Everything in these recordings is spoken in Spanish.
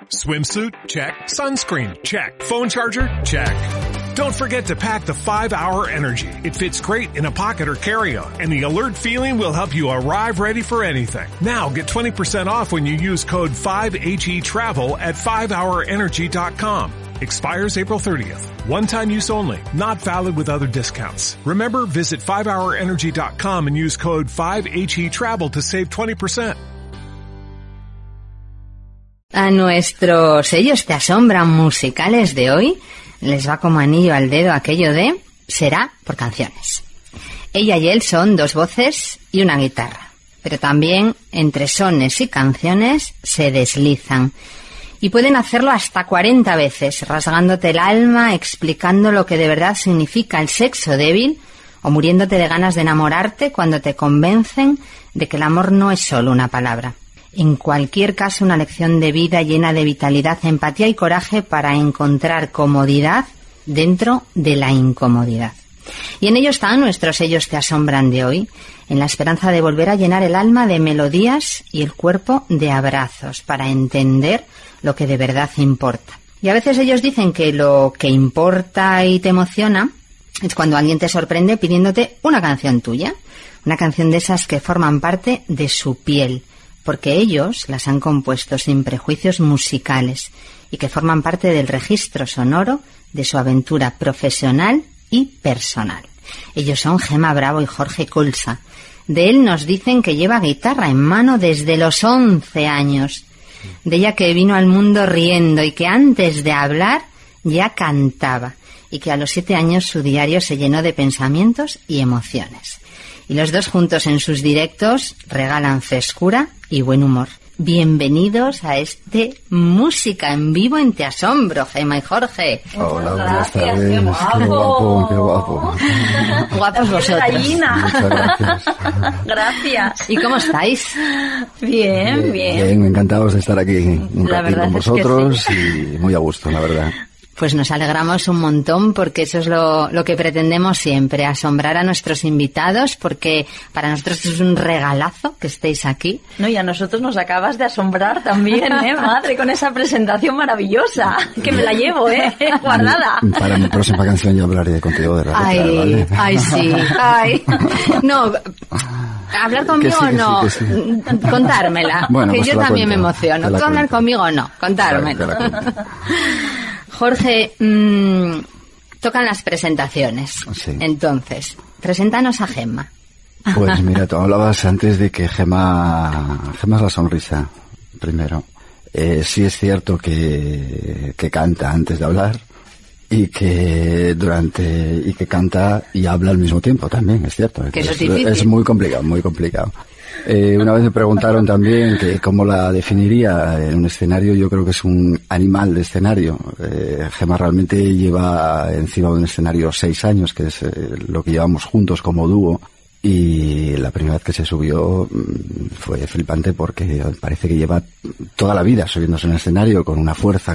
Swimsuit? Check. Sunscreen? Check. Phone charger? Check. Don't forget to pack the 5-Hour Energy. It fits great in a pocket or carry-on, and the alert feeling will help you arrive ready for anything. Now get 20% off when you use code 5HETRAVEL at 5hourenergy.com. Expires April 30th. One-time use only. Not valid with other discounts. Remember, visit 5hourenergy.com and use code 5HETRAVEL to save 20%. A nuestros Ellos te asombran musicales de hoy les va como anillo al dedo aquello de será por canciones. Ella y él son 2 voces y una guitarra, pero también entre sones y canciones se deslizan. Y pueden hacerlo hasta 40 veces, rasgándote el alma, explicando lo que de verdad significa el sexo débil, o muriéndote de ganas de enamorarte cuando te convencen de que el amor no es solo una palabra. En cualquier caso, una lección de vida llena de vitalidad, empatía y coraje para encontrar comodidad dentro de la incomodidad. Y en ello están nuestros Ellos te asombran de hoy, en la esperanza de volver a llenar el alma de melodías y el cuerpo de abrazos para entender lo que de verdad importa. Y a veces ellos dicen que lo que importa y te emociona es cuando alguien te sorprende pidiéndote una canción tuya, una canción de esas que forman parte de su piel, porque ellos las han compuesto sin prejuicios musicales y que forman parte del registro sonoro de su aventura profesional y personal. Ellos son Gemma Bravo y Jorge Colsa. De él nos dicen que lleva guitarra en mano desde los 11 años. De ella que vino al mundo riendo y que antes de hablar ya cantaba. Y que a los 7 años su diario se llenó de pensamientos y emociones. Y los dos juntos en sus directos regalan frescura y buen humor. Bienvenidos a este Música en Vivo en Te Asombro, Gemma y Jorge. Hola, buenas tardes. Qué guapo, qué guapo. Guapos vosotros. Muchas gracias. Gracias. ¿Y cómo estáis? Bien. Bien, encantados de estar aquí un ratito con vosotros y muy a gusto, la verdad. Pues nos alegramos un montón porque eso es lo que pretendemos siempre, asombrar a nuestros invitados, porque para nosotros es un regalazo que estéis aquí. No, y a nosotros nos acabas de asombrar también, madre, con esa presentación maravillosa, que me la llevo, guardada. Para mi próxima canción yo hablaré contigo de la letra, ¿vale? Ay, sí, ay. No, hablar conmigo que sí, no, que sí. Contármela, Bueno, que pues yo también me emociono. Tú hablar conmigo no, contármela. Claro. Jorge, tocan las presentaciones. Sí. Entonces, preséntanos a Gemma. Pues mira, tú hablabas antes de que Gemma es la sonrisa, primero. Sí es cierto que canta antes de hablar y que canta y habla al mismo tiempo también, es cierto. Que eso es difícil. Es muy complicado, muy complicado. Una vez me preguntaron también que cómo la definiría en un escenario. Yo creo que es un animal de escenario. Gemma realmente lleva encima de un escenario 6 años, que es lo que llevamos juntos como dúo. Y la primera vez que se subió fue flipante porque parece que lleva toda la vida subiéndose en el escenario con una fuerza,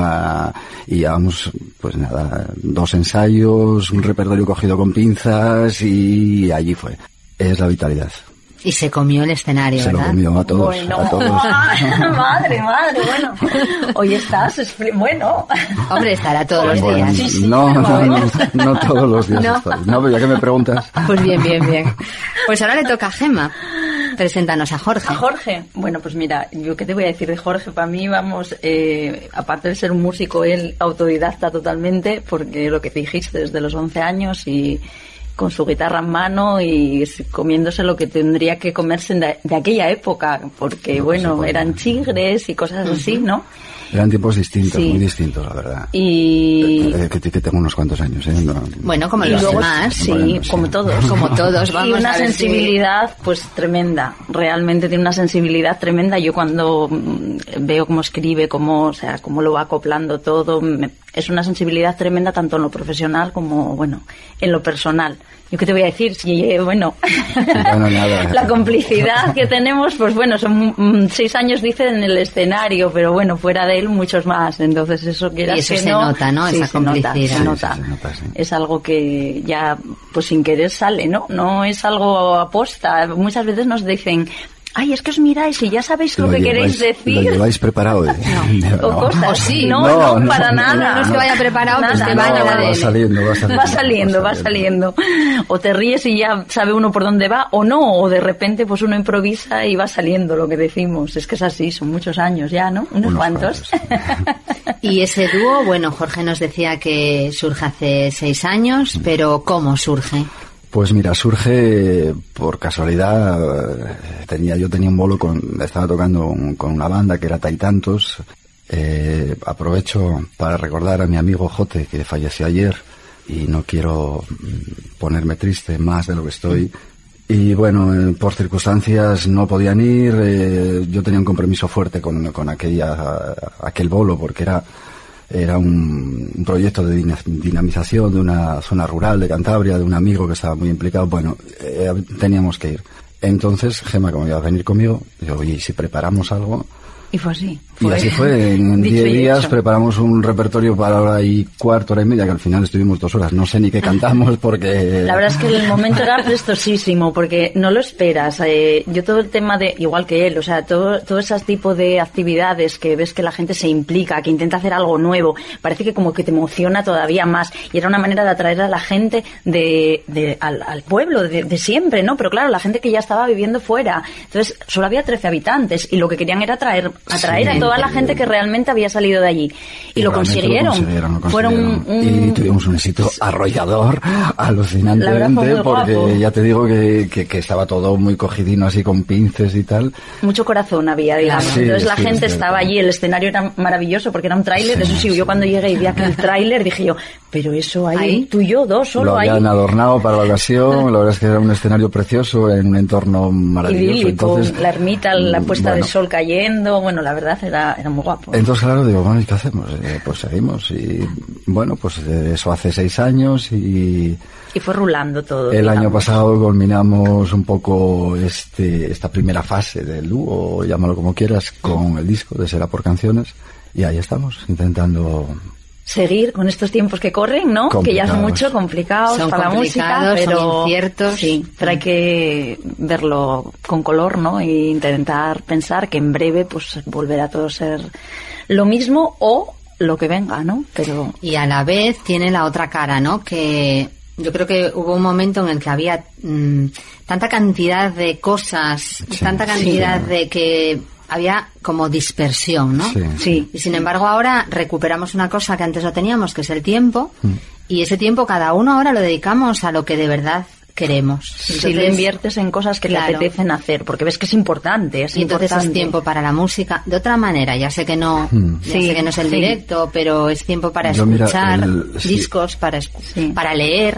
y llevamos, pues nada, 2 ensayos, un repertorio cogido con pinzas y allí fue. Es la vitalidad. Y se comió el escenario, se ¿verdad? Se lo comió a todos, bueno. a todos. Madre, bueno. Hoy estás, bueno. Hombre, estará todos los Bueno, días. Sí, no todos los días ¿No? estoy. No, pero ya que me preguntas. Pues bien. Pues ahora le toca a Gemma. Preséntanos a Jorge. A Jorge. Bueno, pues mira, yo qué te voy a decir de Jorge. Para mí, vamos, aparte de ser un músico, él autodidacta totalmente, porque lo que dijiste desde los 11 años y con su guitarra en mano y comiéndose lo que tendría que comerse de aquella época, porque bueno, eran chigres y cosas así, ¿no? Eran tiempos distintos, Sí. muy distintos, la verdad. Y Que tengo unos cuantos años, ¿eh? No, Bueno, como y los luego, demás. sí, Bueno, sí. como todos. Como todos, vamos y una a ver sensibilidad pues tremenda, realmente tiene una sensibilidad tremenda. Yo cuando veo cómo escribe, cómo lo va acoplando todo, es una sensibilidad tremenda tanto en lo profesional como, bueno, en lo personal. ¿Yo qué te voy a decir? Sí, bueno, nada. La complicidad que tenemos, pues bueno, son 6 años, dice, en el escenario, pero bueno, fuera de él muchos más. Entonces eso quieras Y eso que se no, nota, ¿no? Sí, Esa complicidad. Se nota. Sí. Es algo que ya, pues sin querer sale, ¿no? No es algo aposta. Muchas veces nos dicen, ay, es que os miráis y ya sabéis lo que queréis decir. ¿Lo lleváis preparado? No. O cosas. O sí. No, para nada. No es que vaya preparado, pues te va va saliendo. O te ríes y ya sabe uno por dónde va, o no, o de repente pues uno improvisa y va saliendo lo que decimos. Es que es así, son muchos años ya, ¿no? Unos cuantos. Y ese dúo, bueno, Jorge nos decía que surge hace 6 años, pero ¿cómo surge? Pues mira, surge por casualidad. Yo tenía un bolo, estaba tocando con una banda que era Taitantos. Aprovecho para recordar a mi amigo Jote, que falleció ayer, y no quiero ponerme triste más de lo que estoy. Y bueno, por circunstancias no podían ir. Yo tenía un compromiso fuerte con aquel bolo, porque era un proyecto de dinamización de una zona rural de Cantabria, de un amigo que estaba muy implicado. Bueno, teníamos que ir. Entonces, Gemma, como iba a venir conmigo, yo, oye, ¿y si preparamos algo? Y fue así. Y así fue. En 10 días preparamos un repertorio para hora y cuarto, hora y media, que al final estuvimos 2 horas. No sé ni qué cantamos porque... La verdad es que el momento era prestosísimo, porque no lo esperas. Yo todo el tema de, igual que él, o sea, todo ese tipo de actividades que ves que la gente se implica, que intenta hacer algo nuevo, parece que como que te emociona todavía más. Y era una manera de atraer a la gente al pueblo de siempre, ¿no? Pero claro, la gente que ya estaba viviendo fuera. Entonces, solo había 13 habitantes y lo que querían era atraer a toda la gente que realmente había salido de allí. Y lo consiguieron. Y tuvimos un éxito arrollador, alucinantemente, porque guapo. Ya te digo que estaba todo muy cogidino, así con pinces y tal. Mucho corazón había, digamos. Sí, entonces la gente estaba allí, el escenario era maravilloso porque era un tráiler. Eso sí, yo cuando llegué y vi aquel tráiler dije yo, pero eso ahí, tú y yo, 2 solo ahí. Lo habían adornado para la ocasión, la verdad es que era un escenario precioso en un entorno maravilloso. Idílico, entonces, la ermita, la puesta de sol cayendo, bueno, la verdad era muy guapo. Entonces, claro, digo, bueno, ¿y qué hacemos? Pues seguimos. Y bueno, pues eso hace 6 años y fue rulando todo. El año pasado culminamos un poco esta primera fase del dúo, llámalo como quieras, con el disco de Será por Canciones. Y ahí estamos, intentando... seguir con estos tiempos que corren, ¿no? Que ya son mucho complicados para la música, pero son inciertos. Sí, pero hay que verlo con color, ¿no? E intentar pensar que en breve pues volverá a todo ser lo mismo o lo que venga, ¿no? Pero y a la vez tiene la otra cara, ¿no? Que yo creo que hubo un momento en el que había tanta cantidad de cosas, tanta cantidad de que había como dispersión, ¿no? Sí. Y sin embargo ahora recuperamos una cosa que antes no teníamos, que es el tiempo, y ese tiempo cada uno ahora lo dedicamos a lo que de verdad queremos. Si lo inviertes en cosas que te apetecen hacer, porque ves que es importante. Y entonces es tiempo para la música, de otra manera, ya sé que no, sé que no es el directo, pero es tiempo para escuchar discos, para leer.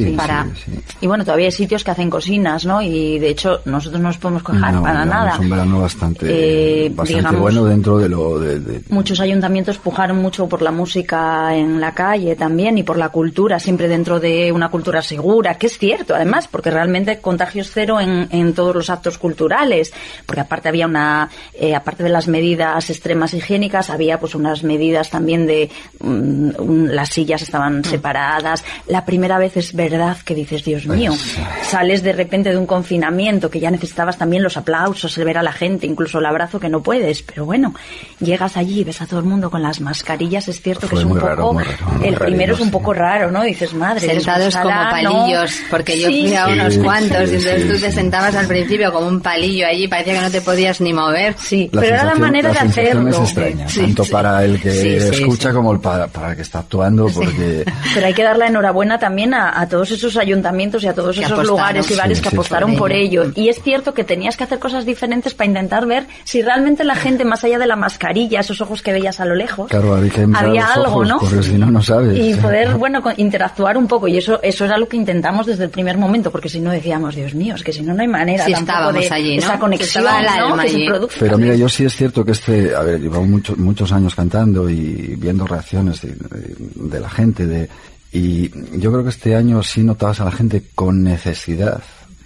Y bueno, todavía hay sitios que hacen cocinas, ¿no? Y de hecho nosotros no nos podemos quejar para nada. Es un verano bastante digamos, bueno dentro de lo muchos ayuntamientos pujaron mucho por la música en la calle también y por la cultura, siempre dentro de una cultura segura, que es cierto además, porque realmente contagios cero en todos los actos culturales, porque aparte había aparte de las medidas extremas higiénicas, había pues unas medidas también de las sillas estaban separadas. La primera vez es verdad que dices, Dios mío, sales de repente de un confinamiento que ya necesitabas también los aplausos, el ver a la gente, incluso el abrazo que no puedes, pero bueno, llegas allí y ves a todo el mundo con las mascarillas, es cierto que es un poco, raro, el primero es un poco raro, ¿no? Dices, madre, sentados como palillos, porque yo fui a unos cuantos y entonces tú te sentabas al principio como un palillo allí, parecía que no te podías ni mover. Pero era la manera de hacerlo. Es extraña, tanto para el que escucha como para el que está actuando, porque... Pero hay que dar la enhorabuena también a todos esos ayuntamientos y a todos esos lugares y bares que apostaron por ello. Y es cierto que tenías que hacer cosas diferentes para intentar ver si realmente la gente, más allá de la mascarilla, esos ojos que veías a lo lejos, había algo, ¿no? Porque si no sabes. Y poder, interactuar un poco. Y eso era lo que intentamos desde el primer momento, porque si no decíamos, Dios mío, es que si no hay manera tampoco de allí, ¿no? esa conexión, ¿no? Que se produce. Pero mira, yo sí es cierto que llevamos muchos años cantando y viendo reacciones de la gente, y yo creo que este año sí notabas a la gente con necesidad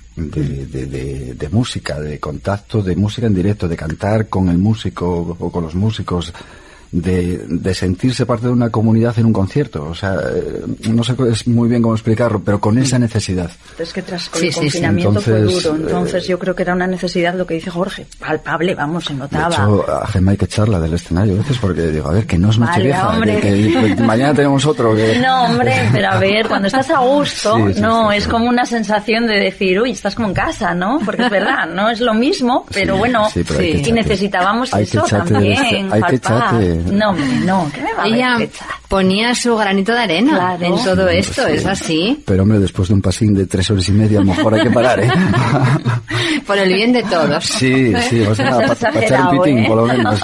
de música, de contacto, de música en directo, de cantar con el músico o con los músicos, de sentirse parte de una comunidad en un concierto. O sea, no sé muy bien cómo explicarlo, pero con esa necesidad. Es que tras el confinamiento fue duro. Entonces yo creo que era una necesidad, lo que dice Jorge, palpable, vamos, se notaba. De hecho, a Gemma hay que echarla del escenario a veces porque digo, a ver, que no es Nochevieja, que mañana tenemos otro. Que... No, hombre, pero a ver, cuando estás a gusto, es como una sensación de decir, uy, estás como en casa, ¿no? Porque es verdad, no es lo mismo, pero bueno, y necesitábamos eso también, palpar. No, hombre, no, ¿qué me va a ver? Ella ponía su granito de arena en todo esto, es así. Pero hombre, después de un pasín de 3 horas y media, a lo mejor hay que parar, ¿eh? Por el bien de todos. Sí, o sea, para echar un pitín, por lo menos.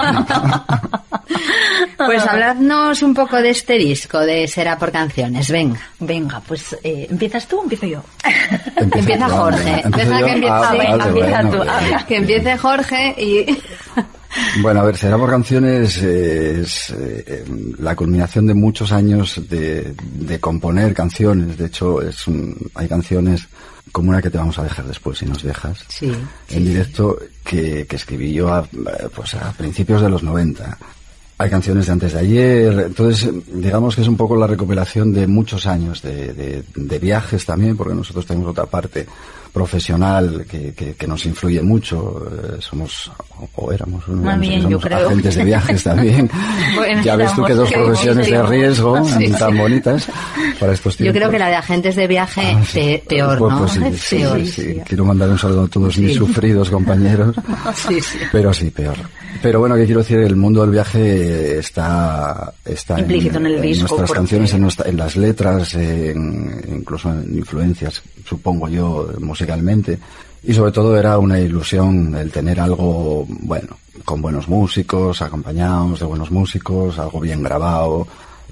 Pues habladnos un poco de este disco, de Será por Canciones, venga. Venga, pues ¿empiezas tú o empiezo yo? Empieza Jorge. Empieza tú. Que empiece Jorge y... Bueno, a ver, Será por Canciones es la culminación de muchos años de componer canciones. De hecho, hay canciones como una que te vamos a dejar después, si nos dejas, en directo, que escribí yo a principios de los 90. Hay canciones de antes de ayer, entonces digamos que es un poco la recopilación de muchos años de viajes también, porque nosotros tenemos otra parte profesional que nos influye mucho, somos o éramos somos agentes de viajes también. Bueno, ya ves tú que 2 profesiones de riesgo tan bonitas para estos tiempos. Yo creo que la de agentes de viaje peor, ¿no? Pues sí. Quiero mandar un saludo a todos mis sufridos compañeros, pero sí, peor. Pero bueno, ¿qué quiero decir? El mundo del viaje está implícito en el disco, en nuestras canciones, en las letras, incluso en influencias, supongo yo, musicalmente. Y sobre todo era una ilusión el tener algo, bueno, con buenos músicos, acompañados de buenos músicos, algo bien grabado.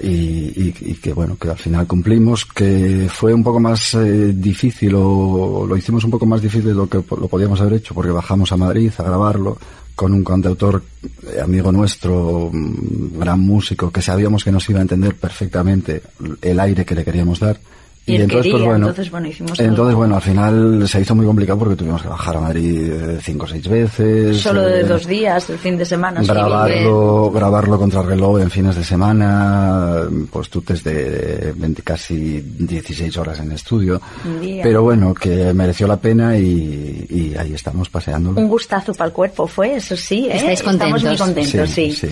Y que bueno, que al final cumplimos, que fue un poco más difícil, o lo hicimos un poco más difícil de lo que lo podíamos haber hecho, porque bajamos a Madrid a grabarlo con un cantautor amigo nuestro, gran músico, que sabíamos que nos iba a entender perfectamente el aire que le queríamos dar. Y entonces, hicimos al final se hizo muy complicado porque tuvimos que bajar a Madrid 5 o 6 veces. Solo de 2 días, el fin de semana. Grabarlo contra reloj en fines de semana, pues tú desde casi 16 horas en estudio. Pero bueno, que mereció la pena y ahí estamos paseándolo. Un gustazo para el cuerpo fue, eso sí, ¿eh? ¿Estáis contentos? Estamos muy contentos,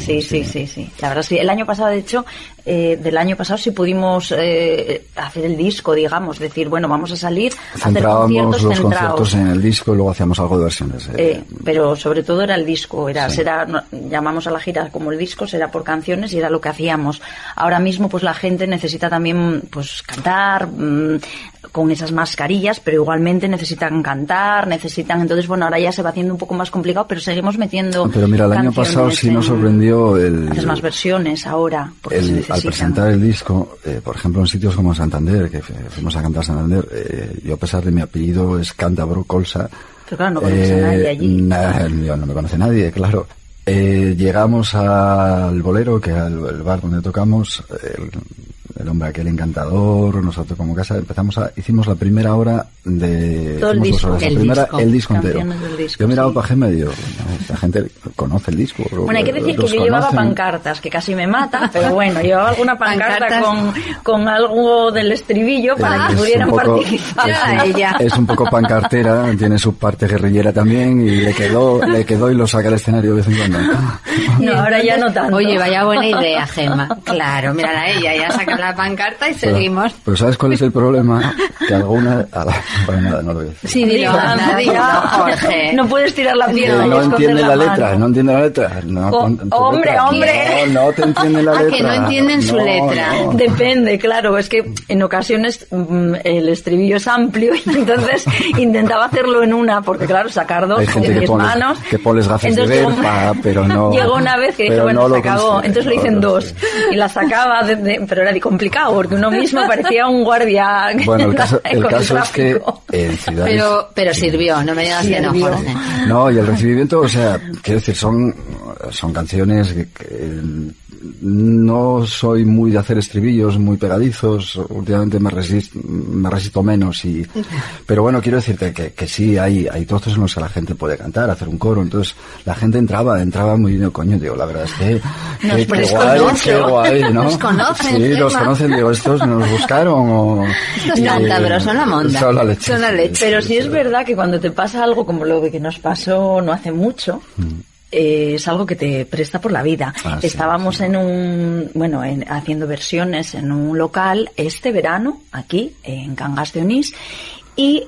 sí. La verdad sí. El año pasado, de hecho, sí pudimos hacer el disco, digamos, decir, bueno, vamos a salir a hacer conciertos en el disco y luego hacíamos algo de versiones. Pero sobre todo era el disco, llamamos a la gira como el disco, Será por Canciones, y era lo que hacíamos. Ahora mismo pues la gente necesita también pues cantar con esas mascarillas, pero igualmente necesitan cantar, entonces bueno, ahora ya se va haciendo un poco más complicado, pero seguimos metiendo. Pero mira, el año pasado sí nos sorprendió haces más versiones ahora, porque se necesitan. Al presentar el disco, por ejemplo, en sitios como Santander, que fuimos a cantar a Santander, yo a pesar de mi apellido es cántabro, colsa. Pero claro, no conoces a nadie allí. Yo no me conoce nadie, claro. Llegamos al Bolero, que era el bar donde tocamos, el hombre aquel encantador, nosotros como casa, hicimos la primera hora de... Todo el disco. El disco entero. Yo miraba para Gemma y digo, la gente conoce el disco. Bueno, hay que decir que yo llevaba pancartas, que casi me mata, pero bueno, llevaba alguna pancarta con algo del estribillo para que pudieran participar. Es un poco pancartera, tiene su parte guerrillera también, y le quedó y lo saca al escenario de vez en cuando. No, ahora ya no tanto. Oye, vaya buena idea, Gemma. Claro, mírala a ella, ya saca la pancarta y seguimos. Pero ¿sabes cuál es el problema? Que alguna... Bueno, nada, no lo voy a decir. Sí, dilo, Jorge. No puedes tirar la piedra. No entiende la letra. No, hombre. No te entiende la letra. Que no entienden su letra. No. Depende, claro. Es que en ocasiones el estribillo es amplio y entonces intentaba hacerlo en una, porque claro, sacar 2 con 10 manos. Que pones gafas de ver, pero no... Llegó una vez que dije, bueno, se acabó. Entonces lo hice en 2 y la sacaba, pero era complicado complicado, porque uno mismo parecía un guardia. Bueno, el caso es que en ciudades... Pero sirvió, no me digas que no, Jorge. No, y el recibimiento, o sea, quiero decir, son canciones que no soy muy de hacer estribillos muy pegadizos, últimamente me resisto menos, pero bueno, quiero decirte que sí, hay trozos en los que la gente puede cantar, hacer un coro, entonces la gente entraba muy bien, coño, digo, la verdad es que qué guay, ¿no? Nos conocen. Sí, los conocen, digo, estos nos buscaron o... Estos cántabros son la monda. Son la leche. Pero sí es verdad que cuando te pasa algo como lo que nos pasó no hace mucho, es algo que te presta por la vida. Estábamos haciendo versiones en un local este verano, aquí, en Cangas de Onís, y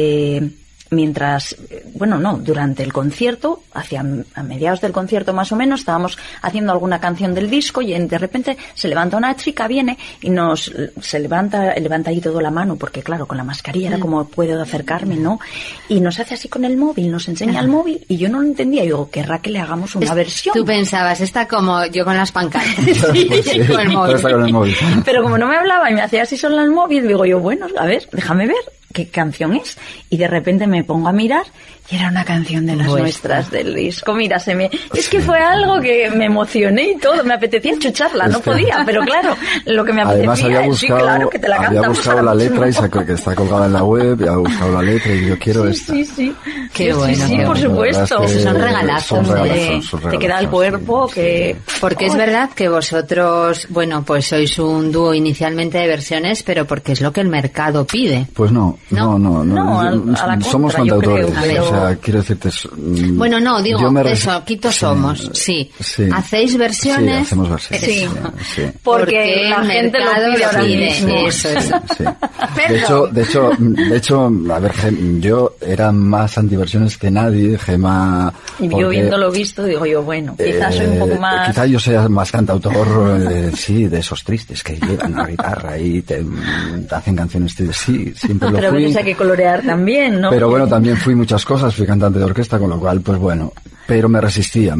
durante el concierto, a mediados del concierto más o menos, estábamos haciendo alguna canción del disco y de repente se levanta una chica, viene y levanta ahí todo la mano, porque claro, con la mascarilla era como puedo acercarme, ¿no? Y nos hace así con el móvil, nos enseña el móvil y yo no lo entendía. Yo digo, querrá que le hagamos una versión. Tú pensabas, está como yo con las pancartas. Sí, con el móvil. Pero como no me hablaba y me hacía así solo el móvil, digo yo, bueno, a ver, déjame ver qué canción es, y de repente me pongo a mirar y era una canción de las nuestras del disco. Mira, es que fue algo que me emocioné y todo, me apetecía chucharla, no podía, pero claro, lo que me apetecía es claro que te la cantamos. Había buscado la letra y que está colgada en la web, y había buscado la letra y yo quiero esta. Sí. Qué bueno. Sí, por supuesto. Son regalazos. Te queda el cuerpo que... Porque es verdad que vosotros, pues sois un dúo inicialmente de versiones, pero porque es lo que el mercado pide. Pues no, somos cantautores, o sea, quiero decirte... Bueno, no, digo, somos, sí. ¿Hacéis versiones? Sí, hacemos versiones. Sí. Porque la gente lo pide ahora mismo. Eso. De hecho, a ver, yo era más antiversiones que nadie, Gemma... Yo viéndolo visto, digo yo, bueno, quizás soy un poco más... Quizás yo sea más cantautor, de esos tristes que llevan la guitarra y te hacen canciones tristes, sí, siempre lo pero fui. Pero hay que colorear también, ¿no? Pero bueno, también fui muchas cosas, fui cantante de orquesta, con lo cual, pues bueno, pero me resistía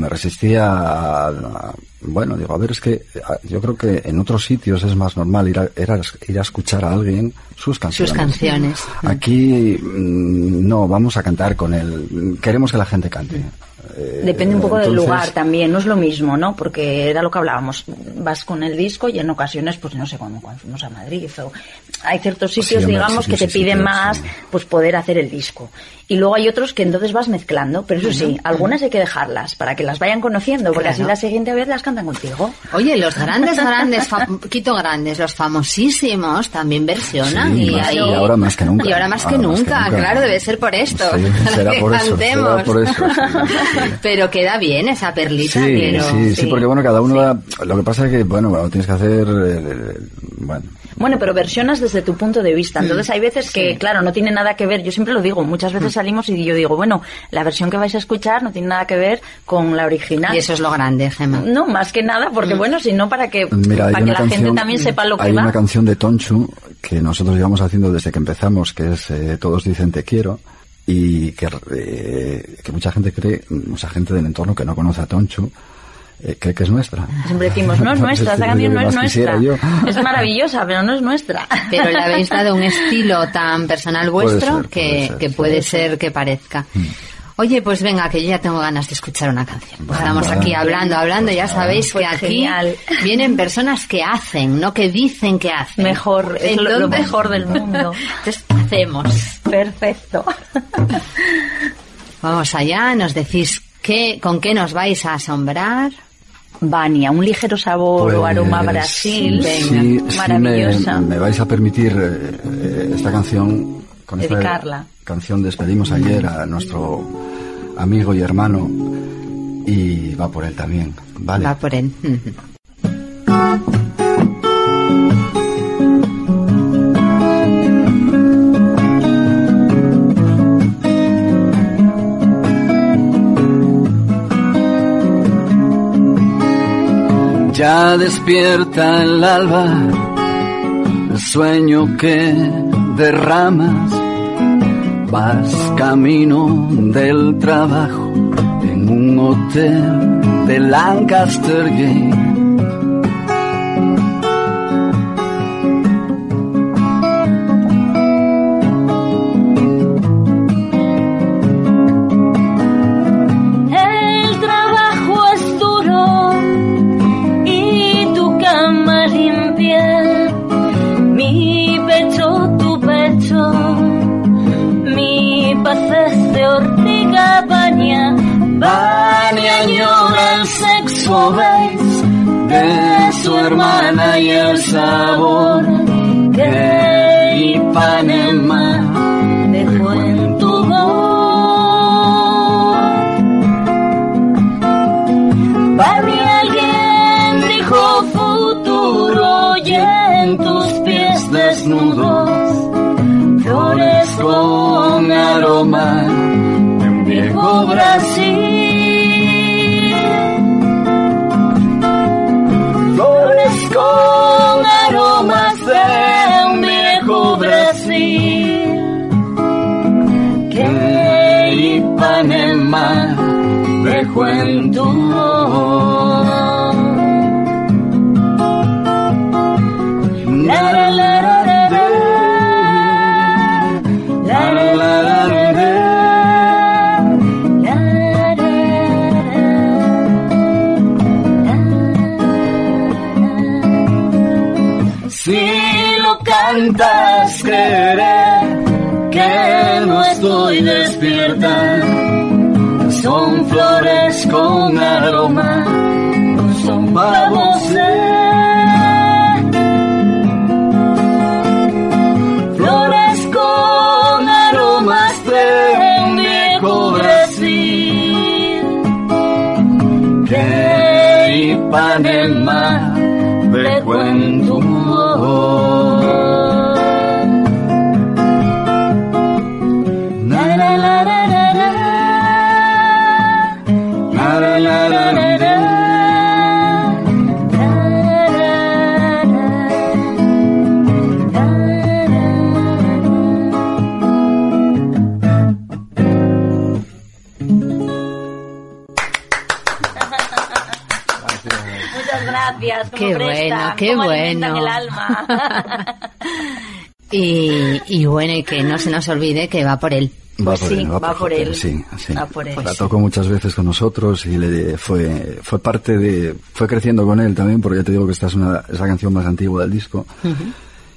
bueno, digo, a ver, es que yo creo que en otros sitios es más normal ir a escuchar a alguien sus canciones. Aquí no, vamos a cantar con él, queremos que la gente cante. Depende un poco del lugar también, no es lo mismo, ¿no? Porque era lo que hablábamos, vas con el disco y en ocasiones, pues no sé, cuando fuimos a Madrid o hay ciertos sitios, digamos, que te piden más, pues poder hacer el disco. Y luego hay otros que entonces vas mezclando, pero eso sí, algunas hay que dejarlas para que las vayan conociendo, porque así la siguiente vez las cantan contigo. Oye, los grandes, poquito grandes, los famosísimos también versionan. Sí, y ahora más que nunca. Y ahora más que nunca, claro, debe ser por esto. Sí, será por eso. Pero queda bien esa perlita. Sí, porque bueno, cada uno lo que pasa es que, bueno, tienes que hacer, Bueno, pero versionas desde tu punto de vista. Entonces hay veces que, claro, no tiene nada que ver. Yo siempre lo digo, muchas veces salimos y yo digo, bueno, la versión que vais a escuchar no tiene nada que ver con la original. Y eso es lo grande, Gemma. No, más que nada, porque bueno, sino para que la gente también sepa lo que va. Hay una canción de Tonchu que nosotros llevamos haciendo desde que empezamos, que es Todos dicen te quiero, y que mucha gente del entorno que no conoce a Tonchu, cree que es nuestra. Siempre decimos, no es nuestra, esa canción no es nuestra. Es maravillosa, pero no es nuestra. Pero le habéis dado un estilo tan personal vuestro que puede ser que parezca. Oye, pues venga, que yo ya tengo ganas de escuchar una canción. Estamos aquí hablando, ya sabéis que aquí vienen personas que hacen, no que dicen que hacen. Mejor, es lo mejor del mundo. Entonces, hacemos. Perfecto. Vamos allá, nos decís con qué nos vais a asombrar. Vania, un ligero sabor o aroma Brasil. Venga, maravillosa. Me vais a permitir esta canción. Con dedicarla. Esta canción despedimos ayer a nuestro amigo y hermano y va por él también, ¿vale? Va por él. Ya despierta el alba, el sueño que derramas, vas camino del trabajo en un hotel de Lancaster Gate. hermana y el sabor que Ipanema dejó en tu voz. Baby, alguien dijo futuro y en tus pies desnudos flores con aroma de un viejo Brasil. Flores con aromas de un viejo Brasil que Ipanema dejó en tu voz. La, la, la, la, la, la, la, la, la, si lo cantas, creeré que no estoy despierta. Son flores con aroma, no son pavos. Flores con aromas de un viejo Brasil que Ipanema dejó en tu voz. La la la la la la, la la la la la la. Gracias, qué bueno, qué bueno. El alma. y bueno, y que no se nos olvide que va por él. Va por él. Sí. Va por él. La tocó muchas veces con nosotros y fue parte de, fue creciendo con él también, porque ya te digo que esta es la canción más antigua del disco. Uh-huh.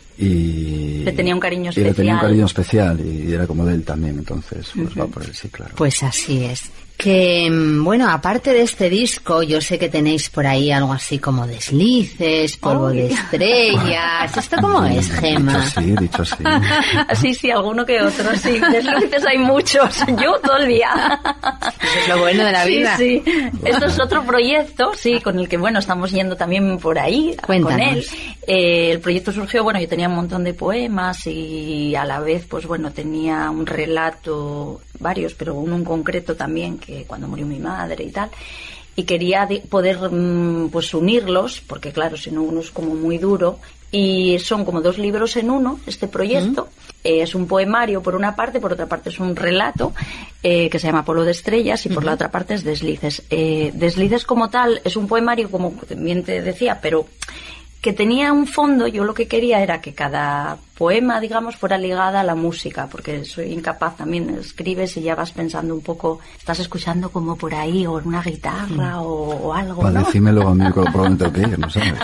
Y le tenía un cariño especial. Y le tenía un cariño especial y era como de él también, entonces pues va por él, sí, claro. Pues así es. Que, bueno, aparte de este disco, yo sé que tenéis por ahí algo así como Deslices, Polvo de Estrellas. ¿Esto cómo es, Gemma? Dicho así. Sí, alguno que otro, sí. Deslices hay muchos. Yo todo el día. Eso es lo bueno de la vida. Sí. Esto es otro proyecto, sí, con el que, bueno, estamos yendo también por ahí. Cuéntanos. Con él. El proyecto surgió, bueno, yo tenía un montón de poemas y a la vez, pues bueno, tenía un relato, varios, pero uno en concreto también, que cuando murió mi madre y tal, y quería poder pues unirlos, porque claro, si no uno es como muy duro, y son como 2 libros en uno, este proyecto. Es un poemario por una parte, por otra parte es un relato que se llama Polvo de Estrellas y por la otra parte es Deslices. Deslices como tal es un poemario, como también te decía, pero que tenía un fondo. Yo lo que quería era que cada poema, digamos, fuera ligada a la música, porque soy incapaz, también escribes y ya vas pensando un poco, estás escuchando como por ahí, o una guitarra o algo, Para ¿no? decírmelo a mí por dónde tengo que ir, ¿no sabes?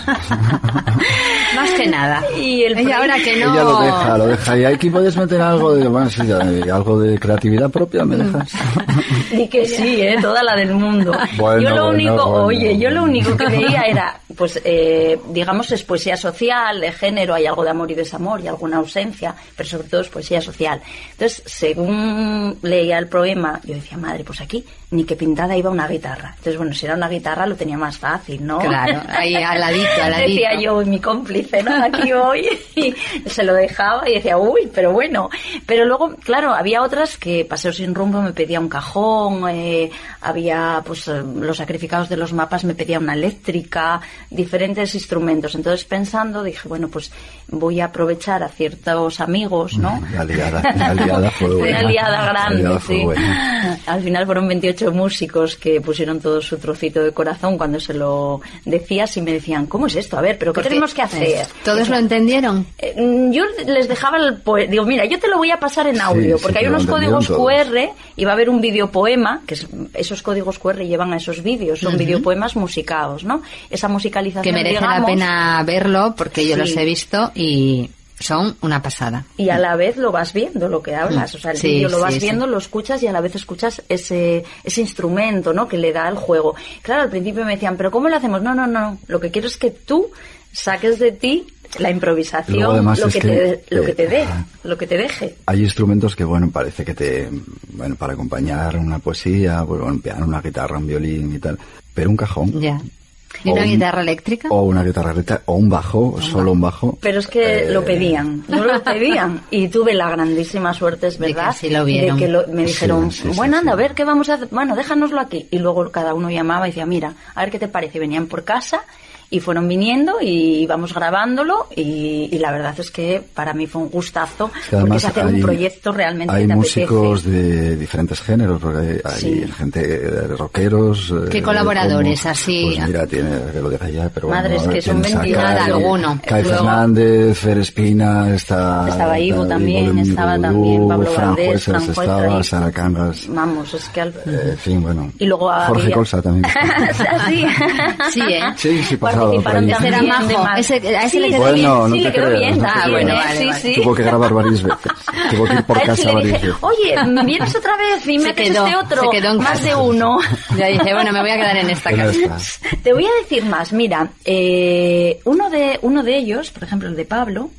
Más que nada. Y ella ahora que no... Ella lo deja. Y aquí puedes meter algo de, bueno, sí, algo de creatividad propia, ¿me dejas? Y que sí, toda la del mundo. Bueno, yo lo único, bueno. yo lo único que veía era, pues, digamos, es poesía social, de género, hay algo de amor y desamor y alguna ausencia, pero sobre todo es poesía social. Entonces, según leía el poema, yo decía, madre, pues aquí ni que pintada iba una guitarra. Entonces, bueno, si era una guitarra lo tenía más fácil, ¿no? Claro, ahí al ladito. Decía yo, mi cómplice, ¿no? Aquí voy. Y se lo dejaba y decía, uy, pero bueno. Pero luego, claro, había otras que Paseo sin rumbo me pedía un cajón, había, pues, Los sacrificados de los mapas me pedía una eléctrica, diferentes instrumentos. Entonces, pensando, dije, bueno, pues voy a aprovechar a ciertos amigos, ¿no? La liada fue buena. Una liada grande, sí. Buena. Al final fueron 28 músicos que pusieron todo su trocito de corazón cuando se lo decías y me decían, ¿cómo es esto? A ver, ¿pero qué tenemos que hacer? ¿Todos lo entendieron? Yo les dejaba digo, mira, yo te lo voy a pasar en audio, Sí, porque sí, hay unos códigos todos. QR y va a haber un videopoema, que esos códigos QR llevan a esos vídeos, son videopoemas musicados, ¿no? Esa musicalización, Que merece digamos, la pena verlo, porque yo Sí. los he visto y son una pasada. Y a la vez lo vas viendo, lo que hablas. O sea, el Sí, vídeo lo vas sí, viendo, sí. lo escuchas y a la vez escuchas ese instrumento, ¿no? Que le da el juego. Claro, al principio me decían, ¿pero cómo lo hacemos? No. Lo que quiero es que tú saques de ti la improvisación, Luego, además, lo es que que, lo que te deje. Hay instrumentos que, bueno, parece que para acompañar una poesía, pues, un piano, una guitarra, un violín y tal, pero un cajón. Ya. ¿Y O una un- guitarra eléctrica? O una guitarra eléctrica, o un bajo, solo un bajo. Pero es que lo pedían, no lo pedían. Y tuve la grandísima suerte, es De que verdad, así lo vieron. de que me dijeron, Sí, bueno, anda, a sí. ver qué vamos a hacer. Bueno, déjanoslo aquí. Y luego cada uno llamaba y decía, mira, a ver qué te parece. Y venían por casa y fueron viniendo y íbamos grabándolo. Y la verdad es que para mí fue un gustazo, Que porque además es hacer un proyecto realmente hay que te músicos apetece. de diferentes géneros, porque hay Sí. gente de rockeros. ¿Qué colaboradores así? Pues mira, tiene, que lo deja ya, pero Madre, bueno, es que son tienes a 20 Kai, nada, alguno. Kai Luego- Fernández, Fer Espina, estaba Ivo también, de estaba Vudú, también Pablo Fran Valdés, Juezas Fran estaba, Juezas. Sara Cangas, Vamos, es que en fin, bueno. Y luego Jorge había- Colsa también. Así. Sí, ¿eh? Sí, pasaba por Participaron ahí. también Era majo. de más. A ese le quedó Bueno, bien. no sí, te le quedó creas, bien no te también, creas. vale, sí, vale. sí. Tuvo que grabar varias veces. Tuvo que ir por A él sí casa le varias dije, veces. oye, vienes otra vez y Se metes quedó, este otro, se quedó en más casa. de uno. Ya dije, bueno, me voy a quedar en esta Pero casa. está. Te voy a decir más, mira, uno de ellos, por ejemplo el de Pablo,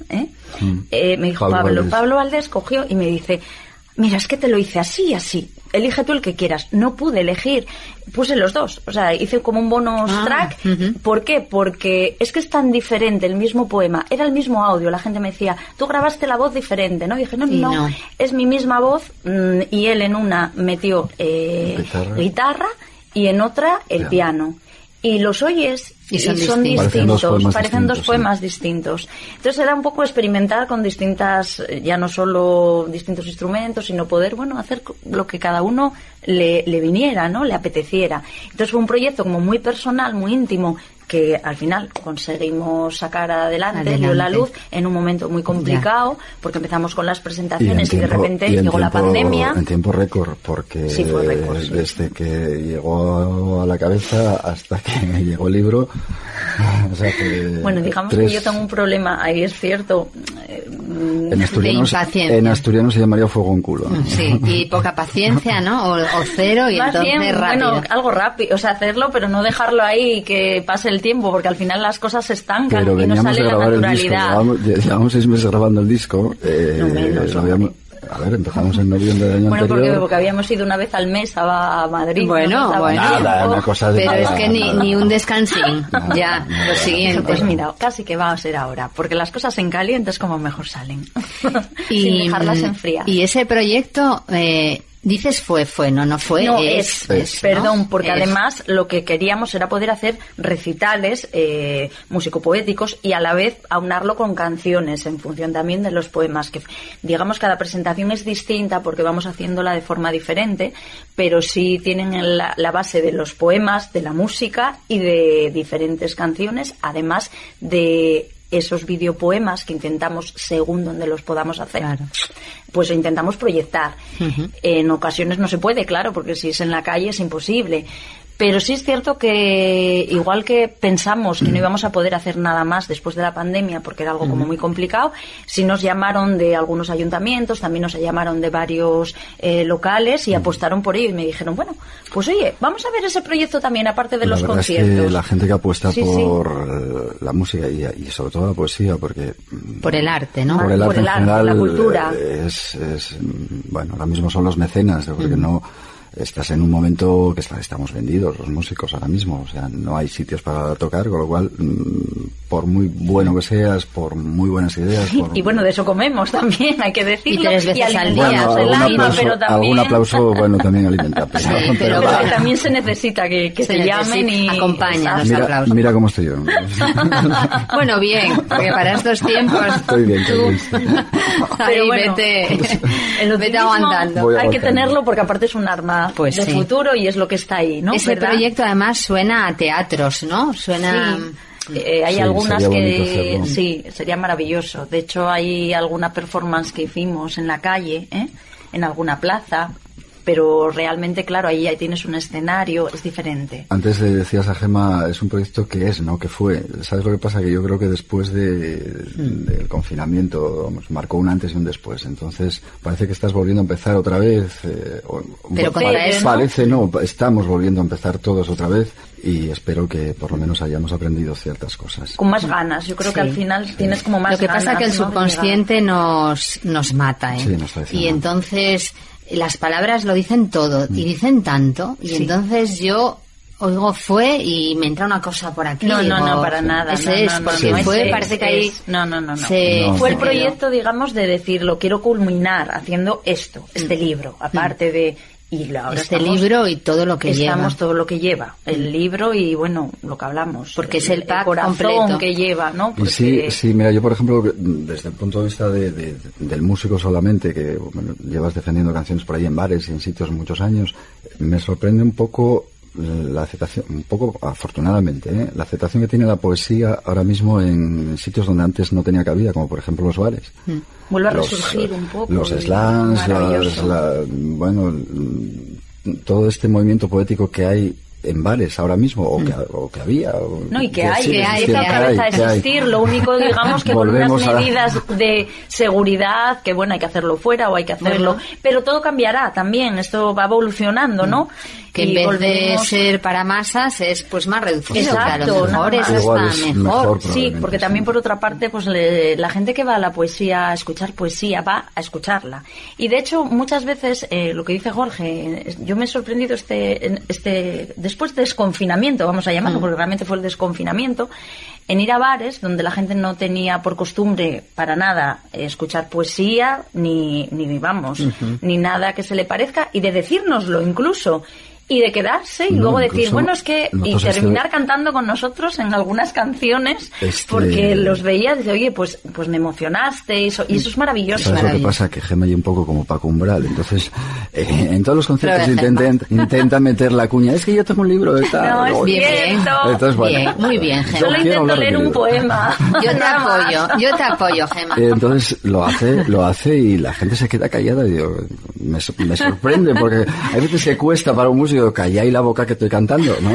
me dijo Pablo Pablo Valdés. Valdés cogió y me dice, mira, es que te lo hice así, así, elige tú el que quieras. No pude elegir, puse los dos, o sea, hice como un bonus track. ¿Por qué? Porque es que es tan diferente el mismo poema, era el mismo audio, la gente me decía, tú grabaste la voz diferente, ¿no? Y dije, no, Sí, no. es mi misma voz, y él en una metió guitarra y en otra el Ya. piano. Y los oyes Y son Parecen dos poemas parecen dos distintos, poemas distintos. Entonces era un poco experimentar con distintas, ya no solo distintos instrumentos, sino poder, bueno, hacer lo que cada uno le viniera, ¿no? Le apeteciera. Entonces fue un proyecto como muy personal, muy íntimo, que al final conseguimos sacar adelante, dio la luz en un momento muy complicado, porque empezamos con las presentaciones y de repente llegó la pandemia. En tiempo récord, porque Sí, fue récord, sí. desde que llegó a la cabeza hasta que llegó el libro, o sea que Bueno, digamos que yo tengo un problema, ahí es cierto. en impaciencia. en asturiano se llamaría fuego en culo. Sí, y poca paciencia, ¿no? O cero y Más entonces bien, rápido. bueno, algo rápido, o sea, hacerlo, pero no dejarlo ahí y que pase el tiempo, porque al final las cosas se estancan Pero y no veníamos sale de la grabar el disco, naturalidad. llevamos 6 meses grabando el disco. No menos, lo habíamos- a ver, empezamos en noviembre del año Bueno, anterior. porque habíamos ido una vez al mes a Madrid. Bueno, no estaba bueno. tiempo. Nada, una cosa de Pero nada, es que nada. ni un descansín. Nada, Ya, nada. lo siguiente. Pues mira, casi que va a ser ahora, porque las cosas en caliente es como mejor salen. Sin dejarlas en fría. Y ese proyecto, dices fue, no fue. No, es, ¿no? perdón, porque Es. además lo que queríamos era poder hacer recitales musicopoéticos y a la vez aunarlo con canciones en función también de los poemas, que digamos cada presentación es distinta porque vamos haciéndola de forma diferente, pero sí tienen la base de los poemas, de la música y de diferentes canciones, además de esos videopoemas que intentamos, según donde los podamos hacer, Claro. pues intentamos proyectar. Ujú. En ocasiones no se puede, claro, porque si es en la calle es imposible. Pero sí es cierto que, igual que pensamos que no íbamos a poder hacer nada más después de la pandemia, porque era algo como muy complicado, sí nos llamaron de algunos ayuntamientos, también nos llamaron de varios locales y apostaron por ello y me dijeron, bueno, pues oye, vamos a ver ese proyecto también, aparte de La los verdad conciertos. es que la gente que apuesta Sí, por la música y sobre todo la poesía, porque Por el arte, ¿no? por el arte en general, la cultura. Bueno, ahora mismo son los mecenas, porque no estás en un momento que estamos vendidos los músicos ahora mismo, o sea, no hay sitios para tocar, con lo cual por muy bueno que seas, por muy buenas ideas, Y bueno, de eso comemos también, hay que decirlo. Y 3 veces al día. alimentamos bueno, el algún alma, aplauso, pero también... algún aplauso, bueno, también alimenta, pero, Sí, pero Pero va. que también se necesita que Se te llamen y... necesita, acompaña los mira, aplausos. mira cómo estoy yo. Bueno, bien, porque para estos tiempos Estoy bien, tú estoy bien. ahí Pero bueno, vete, el vete optimismo aguantando. Voy hay que aguantando. tenerlo porque aparte es un arma Pues de sí. futuro y es lo que está ahí, ¿no? Ese ¿verdad? proyecto además suena a teatros, ¿no? Suena... Sí. Hay Sí, algunas sería bonito que hacerlo. sí, sería maravilloso. De hecho, hay alguna performance que hicimos en la calle, en alguna plaza, pero realmente, claro, ahí ya tienes un escenario, es diferente. Antes decías a Gemma, es un proyecto que es, no que fue. ¿Sabes lo que pasa? Que yo creo que después del confinamiento marcó un antes y un después. Entonces parece que estás volviendo a empezar otra vez. Pero parece no, estamos volviendo a empezar todos otra vez y espero que por lo menos hayamos aprendido ciertas cosas. Con más ganas, yo creo que al final tienes como más ganas. Lo que pasa es que el subconsciente nos mata, ¿eh? Sí, nos traicionamos. Y entonces las palabras lo dicen todo y dicen tanto y entonces yo oigo fue y me entra una cosa por aquí. No, para nada. Ese es, porque fue, parece que ahí... No. Fue el proyecto, digamos, de decir, lo quiero culminar haciendo esto, este libro, aparte de... Y ahora libro y todo lo que lleva. Todo lo que lleva. El libro y, bueno, lo que hablamos. Porque es el pack corazón completo que lleva, ¿no? Porque... Sí, mira, yo, por ejemplo, desde el punto de vista del músico solamente, que bueno, llevas defendiendo canciones por ahí en bares y en sitios muchos años, me sorprende un poco la aceptación, un poco afortunadamente, la aceptación que tiene la poesía ahora mismo en sitios donde antes no tenía cabida, como por ejemplo los bares. Vuelve a resurgir un poco. Los slams, bueno, todo este movimiento poético que hay en bares ahora mismo, o que había. No, y que hay otra vez a existir. Lo único, digamos, que con unas medidas de seguridad, que bueno, hay que hacerlo fuera o hay que hacerlo, pero todo cambiará también, esto va evolucionando, ¿no? Que en vez de ser para masas es pues más reducido. Exacto, que a lo mejor es hasta mejor. Sí, porque también por otra parte, pues la gente que va a la poesía a escuchar poesía va a escucharla. Y de hecho, muchas veces, lo que dice Jorge, yo me he sorprendido después de desconfinamiento, vamos a llamarlo, porque realmente fue el desconfinamiento, en ir a bares donde la gente no tenía por costumbre para nada escuchar poesía, ni nada que se le parezca, y de decírnoslo incluso. Y de quedarse y luego decir, bueno, es que... Y terminar cantando con nosotros en algunas canciones, porque los veías y dices, oye, pues me emocionaste, y eso es maravilloso. ¿Sabes lo que pasa? Que Gemma y un poco como Paco Umbral, entonces en todos los conciertos intenta meter la cuña, es que yo tengo un libro de tal. No, es cierto. Entonces, bueno, muy bien, Gemma. Solo intento leer un poema. Yo te apoyo, Gemma. Entonces lo hace y la gente se queda callada y digo, me sorprende, porque hay veces que cuesta para un músico calláis la boca que estoy cantando, ¿no?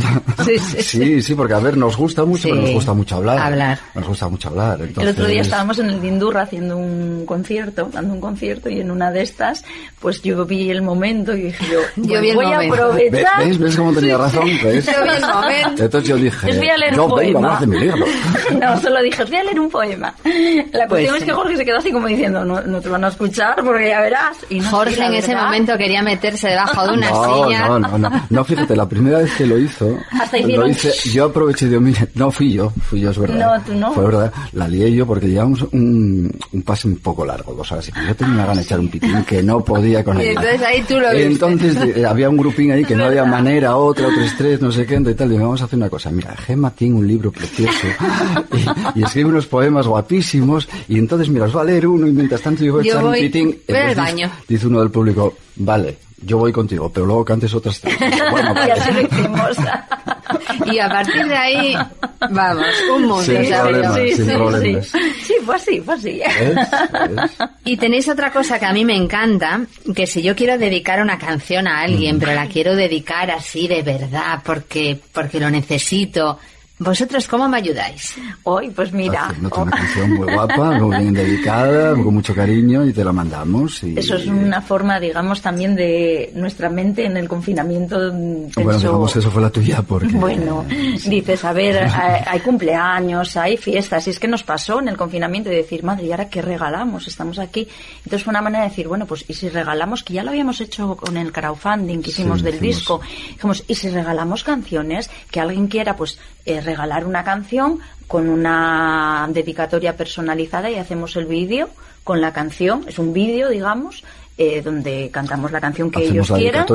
Sí, porque a ver, nos gusta mucho, pero nos gusta mucho hablar. Nos gusta mucho hablar. Entonces... El otro día estábamos en el Dindurra dando un concierto, y en una de estas, pues yo vi el momento y dije voy a aprovechar. ¿Ves cómo tenía razón? ¿Ves? Yo vi el momento. Entonces yo dije, os voy a leer un poema. Vengo a hablar de mi libro. No, solo dije, os voy a leer un poema. La cuestión es que Jorge se quedó así como diciendo, no te van a escuchar porque ya verás. Y Jorge en ese momento quería meterse debajo de una silla. No, fíjate, la primera vez que lo hice, yo aproveché y digo, mire, no fui yo, es verdad. No, tú no. Fue verdad, la lié yo porque llevamos un pase un poco largo, 2 horas, y yo tenía una gana de echar un pitín que no podía con él. Y entonces ahí tú lo viste. Entonces había un grupín ahí que no había manera, otro 3-3, no sé qué, y tal, y vamos a hacer una cosa, mira, Gemma tiene un libro precioso y escribe unos poemas guapísimos, y entonces, mira, os va a leer uno, y mientras tanto yo voy a echar un pitín. Voy al baño. Dice uno del público, vale, yo voy contigo, pero luego cantes otras 3. Bueno, y así lo hicimos. Y a partir de ahí, vamos, un mundo. Sin problemas. Sí, fue así. ¿Ves? Y tenéis otra cosa que a mí me encanta, que si yo quiero dedicar una canción a alguien, pero la quiero dedicar así de verdad, porque lo necesito... ¿Vosotros cómo me ayudáis? Hoy, pues mira... Haciéndote una canción muy guapa, muy bien dedicada, con mucho cariño, y te la mandamos. Eso es una forma, digamos, también de nuestra mente en el confinamiento. Bueno, digamos, eso fue la tuya, porque... Bueno, dices, a ver, hay cumpleaños, hay fiestas, y es que nos pasó en el confinamiento de decir, madre, ¿y ahora qué regalamos? Estamos aquí. Entonces fue una manera de decir, bueno, pues, ¿y si regalamos? Que ya lo habíamos hecho con el crowdfunding que hicimos del disco. Dijimos, ¿y si regalamos canciones? Que alguien quiera, pues... regalar una canción con una dedicatoria personalizada y hacemos el vídeo con la canción, es un vídeo, digamos, donde cantamos la canción que hacemos ellos quieran,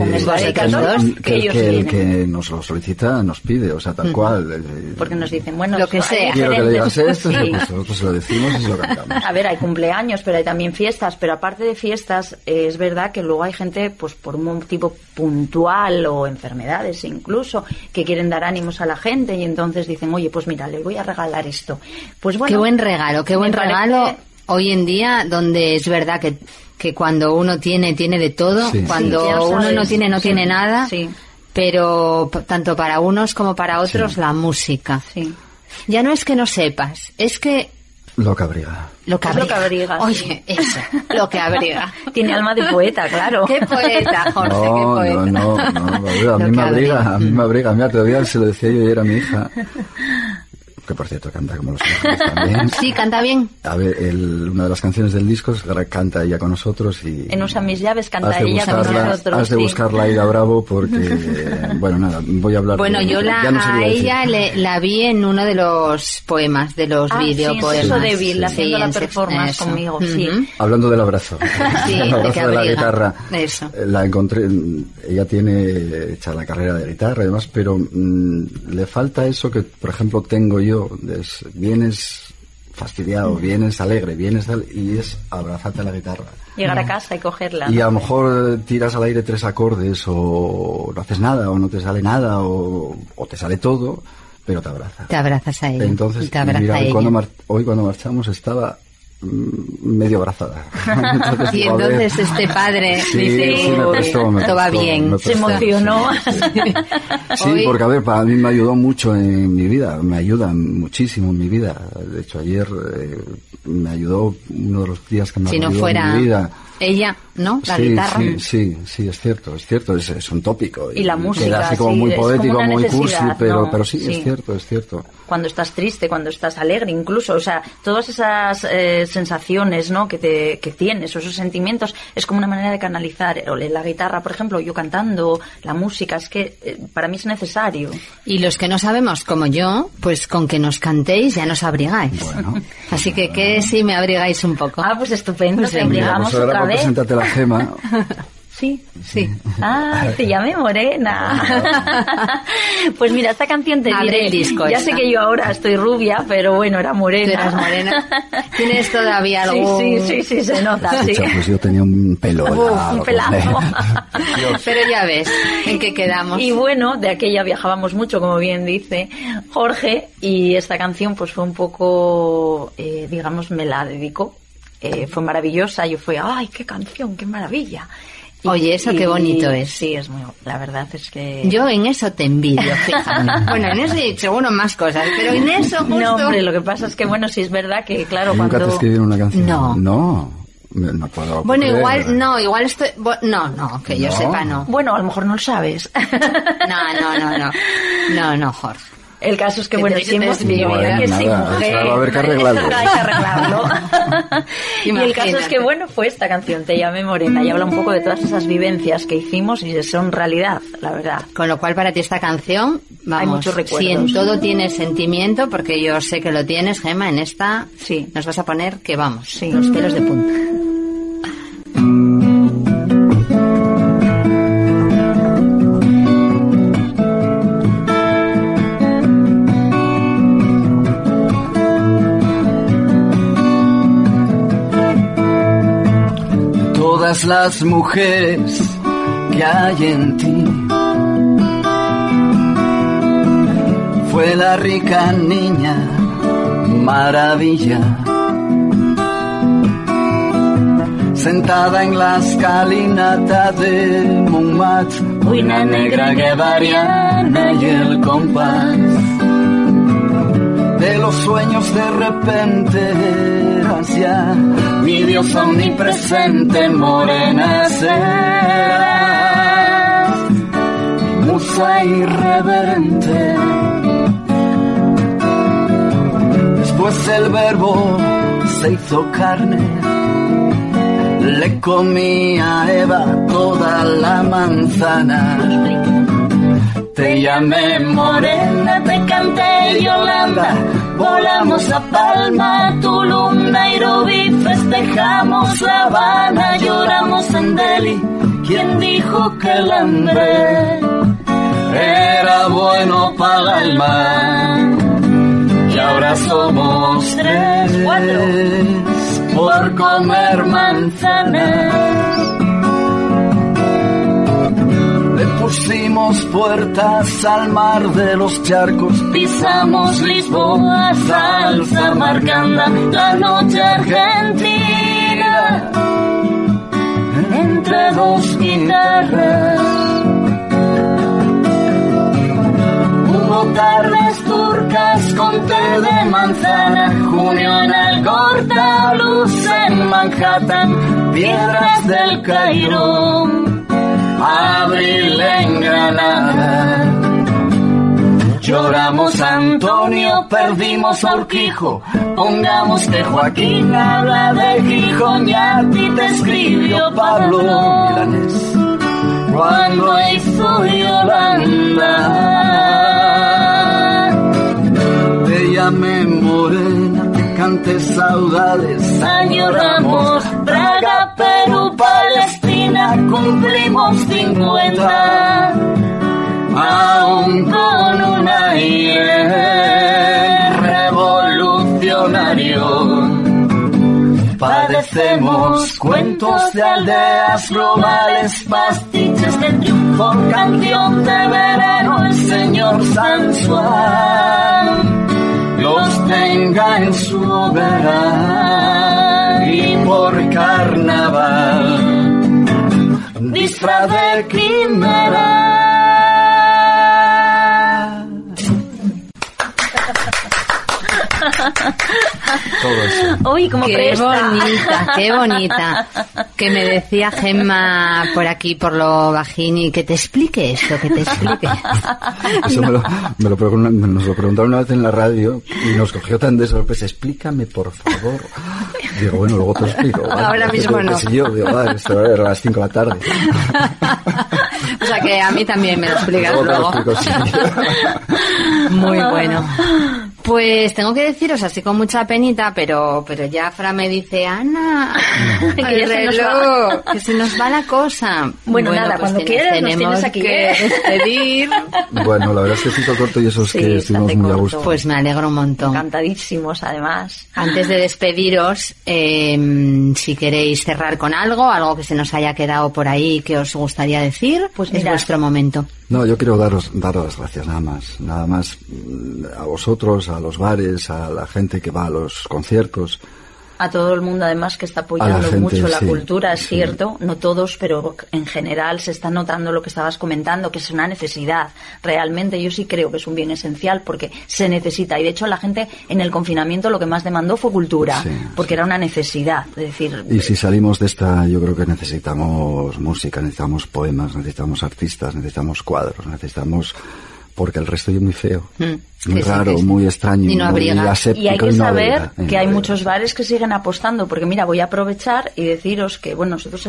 que el que nos lo solicita nos pide, o sea, tal cual. Porque nos dicen, bueno, lo que sea. Quiero que le digas esto, sí. Pues nosotros lo decimos y se lo cantamos. A ver, hay cumpleaños, pero hay también fiestas, pero aparte de fiestas, es verdad que luego hay gente, pues por un motivo puntual o enfermedades incluso, que quieren dar ánimos a la gente y entonces dicen, oye, pues mira, le voy a regalar esto. Pues bueno. Qué buen regalo, hoy en día, donde es verdad que cuando uno tiene de todo, Sí. cuando Sí, ya lo uno sabes. no tiene nada, Sí. pero tanto para unos como para otros Sí. la música. Sí. Ya no es que no sepas, es que Lo que abriga. lo que Es lo que abriga, Oye, sí. eso, lo que abriga. Tiene alma de poeta, claro. Qué poeta, Jorge, qué No, poeta. no, a Lo mí que me abriga, abriga. a mí me abriga. Mira, todavía se lo decía yo ayer a mi hija, que por cierto canta como los ángeles también. Sí, canta bien. A ver, una de las canciones del disco canta ella con nosotros y... En Usa mis llaves canta has de ella con buscarla, nosotros. has de sí. buscarla a Ida Bravo porque, bueno, nada, voy a hablar Bueno, de... yo ya no sé qué a iba a decir. ella la vi en uno de los poemas, de los Ah, sí, en videopoemas. Sexo Débil, Sí. haciendo la en performance eso. conmigo, sí. Ujú. Hablando del abrazo, Sí, el de abrazo que de la abriga. guitarra, Eso. la encontré, ella tiene hecha la carrera de guitarra y demás, pero le falta eso que, por ejemplo, tengo yo, vienes fastidiado, vienes alegre, y es abrazarte a la guitarra. Llegar a casa y cogerla. Y ¿no? a lo mejor tiras al aire 3 acordes o no haces nada o no te sale nada o te sale todo, pero te abraza. Te abrazas a ella. Entonces, y te abraza mira, a ella. hoy cuando marchamos estaba medio abrazada. Entonces, Y digo, a ver, entonces este padre sí, dice, sí, me prestó, me esto va prestó, bien. me Se prestó, emocionó. Sí, Hoy- porque a ver, para mí me ayudó mucho en mi vida, me ayuda muchísimo en mi vida. De hecho, ayer me ayudó uno de los días que más Si me no ayudó fuera en mi vida. ella, ¿no? La Sí, guitarra. sí, es cierto, es un tópico. Y la música, queda así como sí, muy es como poético, una muy cursi, necesidad, pero ¿no? sí, Sí. es cierto. Cuando estás triste, cuando estás alegre, incluso, o sea, todas esas sensaciones, ¿no? que tienes, o esos sentimientos, es como una manera de canalizar. O la guitarra, por ejemplo, yo cantando, la música, es que para mí es necesario. Y los que no sabemos, como yo, pues con que nos cantéis ya nos abrigáis. Bueno. Así que si me abrigáis un poco. Ah, pues estupendo, Pues te venga. obligamos Pues ahora otra para vez. presentarte la Gema. Sí. Sí. Ah, te llamé morena. Pues mira, esta canción te Abre diré. el disco Ya esta. sé que yo ahora estoy rubia, pero bueno, era morena. Tú eras morena. Tienes todavía algo... Sí, se nota, sí. Escucha, pues yo tenía un pelo Uf, largo, un pelazo. Pero ya ves en qué quedamos. Y bueno, de aquella viajábamos mucho, como bien dice Jorge, y esta canción pues fue un poco, digamos, me la dedicó. Fue maravillosa, yo fue, ¡ay, qué canción, qué maravilla! Oye, eso qué bonito es. Sí, es muy, la verdad es que... Yo en eso te envidio, fíjate. Bueno, en eso y seguro más cosas, pero en eso justo... No, hombre, lo que pasa es que, bueno, sí es verdad que, claro, ¿Nunca te cuando... escribieron una canción? No. No puedo Bueno, creer. igual estoy... No, que yo No. sepa, no. Bueno, a lo mejor no lo sabes. No, Jorge. El caso es que, Que bueno, te- sí hemos te- vivido Bueno, que sí, nada, mujer. eso va a haber que arreglarlo. Hay que arreglarlo. Y el caso es Imagínate. que, bueno, fue esta canción, Te llamé morena, y habla un poco de todas esas vivencias que hicimos y son realidad, la verdad. Con lo cual, para ti esta canción, vamos, Hay muchos recuerdos. si en todo tienes sentimiento, porque yo sé que lo tienes, Gemma, en esta Sí. nos vas a poner que vamos, Sí. los pelos de punta. Todas las mujeres que hay en ti, fue la rica niña maravilla, sentada en la escalinata de Montmartre, una negra guevariana y el compás de los sueños de repente eras ya mi Dios omnipresente, morena serás, musa irreverente. Después el verbo se hizo carne, le comí a Eva toda la manzana. Te llamé morena, te canté Yolanda, volamos a Palma, Tulum, Nairobi, festejamos La Habana, lloramos en Delhi. ¿Quién dijo que el hambre era bueno para el alma? Y ahora somos 3, 4 por comer manzanas. De pusimos puertas al mar de los charcos, pisamos Lisboa, salsa marcanda, la noche argentina, entre dos guitarras. Hubo tardes turcas con té de manzana, junio en Algorta, luz en Manhattan, piedras del Cairo, abril en Granada. Lloramos a Antonio, perdimos a Urquijo, pongamos que Joaquín habla de Gijón y a ti te escribió Pablo Milanés cuando hizo Yolanda. Te llamé morena, te canté saudades, añoramos Praga, Perú, Palestina, cumplimos 50, aún con un aire revolucionario. Padecemos cuentos de aldeas globales, pastiches de triunfo, canción de verano, el señor San Juan los tenga en su hogar. Y por carnaval, disfraz de quimera. Todo eso. Uy, como Qué bonita, qué bonita. Que me decía Gemma por aquí, por lo bajini, que te explique esto, que te explique. Eso nos lo preguntaron una vez en la radio y nos cogió tan de sorpresa. Explícame, por favor. Digo, bueno, luego te lo explico. ¿Vale? Ahora mismo no. Digo, vale, esto era a las 5 de la tarde. O sea que a mí también me lo explicas luego. Te lo explico, sí. Muy bueno. Pues tengo que deciros así con mucha penita, pero ya Fra me dice, Ana, que se nos va la cosa. Bueno, nada, pues cuando quieras nos tienes aquí. Que despedir. Bueno, la verdad es que es un corto y eso es Sí, que estuvimos muy a gusto. Pues me alegro un montón. Encantadísimos, además. Antes de despediros, si queréis cerrar con algo que se nos haya quedado por ahí que os gustaría decir, pues es vuestro momento. No, yo quiero daros las gracias, nada más a vosotros, a los bares, a la gente que va a los conciertos. A todo el mundo, además, que está apoyando gente, mucho la sí, cultura, es sí. cierto. No todos, pero en general se está notando lo que estabas comentando, que es una necesidad. Realmente yo sí creo que es un bien esencial porque se necesita. Y de hecho la gente en el confinamiento lo que más demandó fue cultura, Sí, porque era una necesidad. Es decir, Y si salimos de esta, yo creo que necesitamos música, necesitamos poemas, necesitamos artistas, necesitamos cuadros, necesitamos... Porque el resto es muy feo, muy raro, muy extraño, y no muy abriga. aséptico. Y hay que no saber abriga, que hay no muchos abriga. bares que siguen apostando, porque mira, voy a aprovechar y deciros que, bueno, nosotros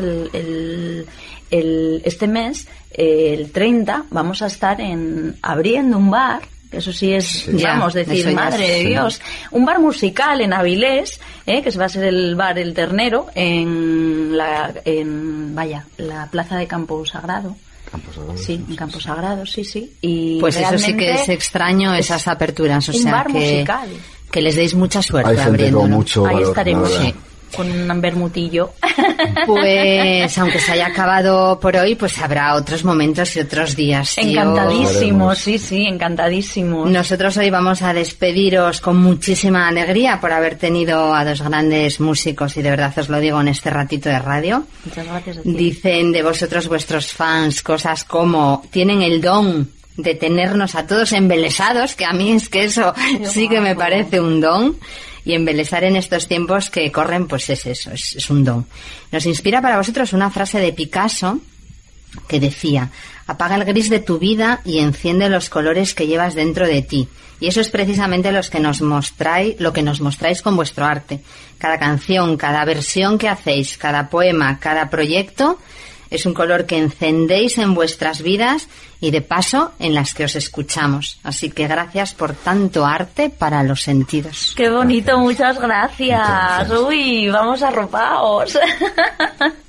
este mes, el 30, vamos a estar abriendo un bar, que eso sí es, vamos, decir, madre de Dios, un bar musical en Avilés, que va a ser el bar El Ternero, en la plaza de Campo Sagrado. Sí, en Campo Sagrado, sí. Y pues eso sí que es extraño, esas aperturas, o un sea bar musical. Que les deis mucha suerte Hay gente abriéndolo. con mucho valor, Ahí estaremos, la verdad. con un vermutillo. Pues aunque se haya acabado por hoy, pues habrá otros momentos y otros días. Tío. Encantadísimos, sí, encantadísimos. Nosotros hoy vamos a despediros con muchísima alegría por haber tenido a dos grandes músicos, y de verdad os lo digo en este ratito de radio. Muchas gracias a ti. Dicen de vosotros vuestros fans cosas como tienen el don de tenernos a todos embelesados, que a mí es que eso sí que me parece un don. Y embelesar en estos tiempos que corren, pues es eso, es un don. Nos inspira para vosotros una frase de Picasso que decía: apaga el gris de tu vida y enciende los colores que llevas dentro de ti. Y eso es precisamente lo que nos mostráis con vuestro arte. Cada canción, cada versión que hacéis, cada poema, cada proyecto es un color que encendéis en vuestras vidas y de paso en las que os escuchamos. Así que gracias por tanto arte para los sentidos. Qué bonito, muchas gracias. Uy, vamos arropaos.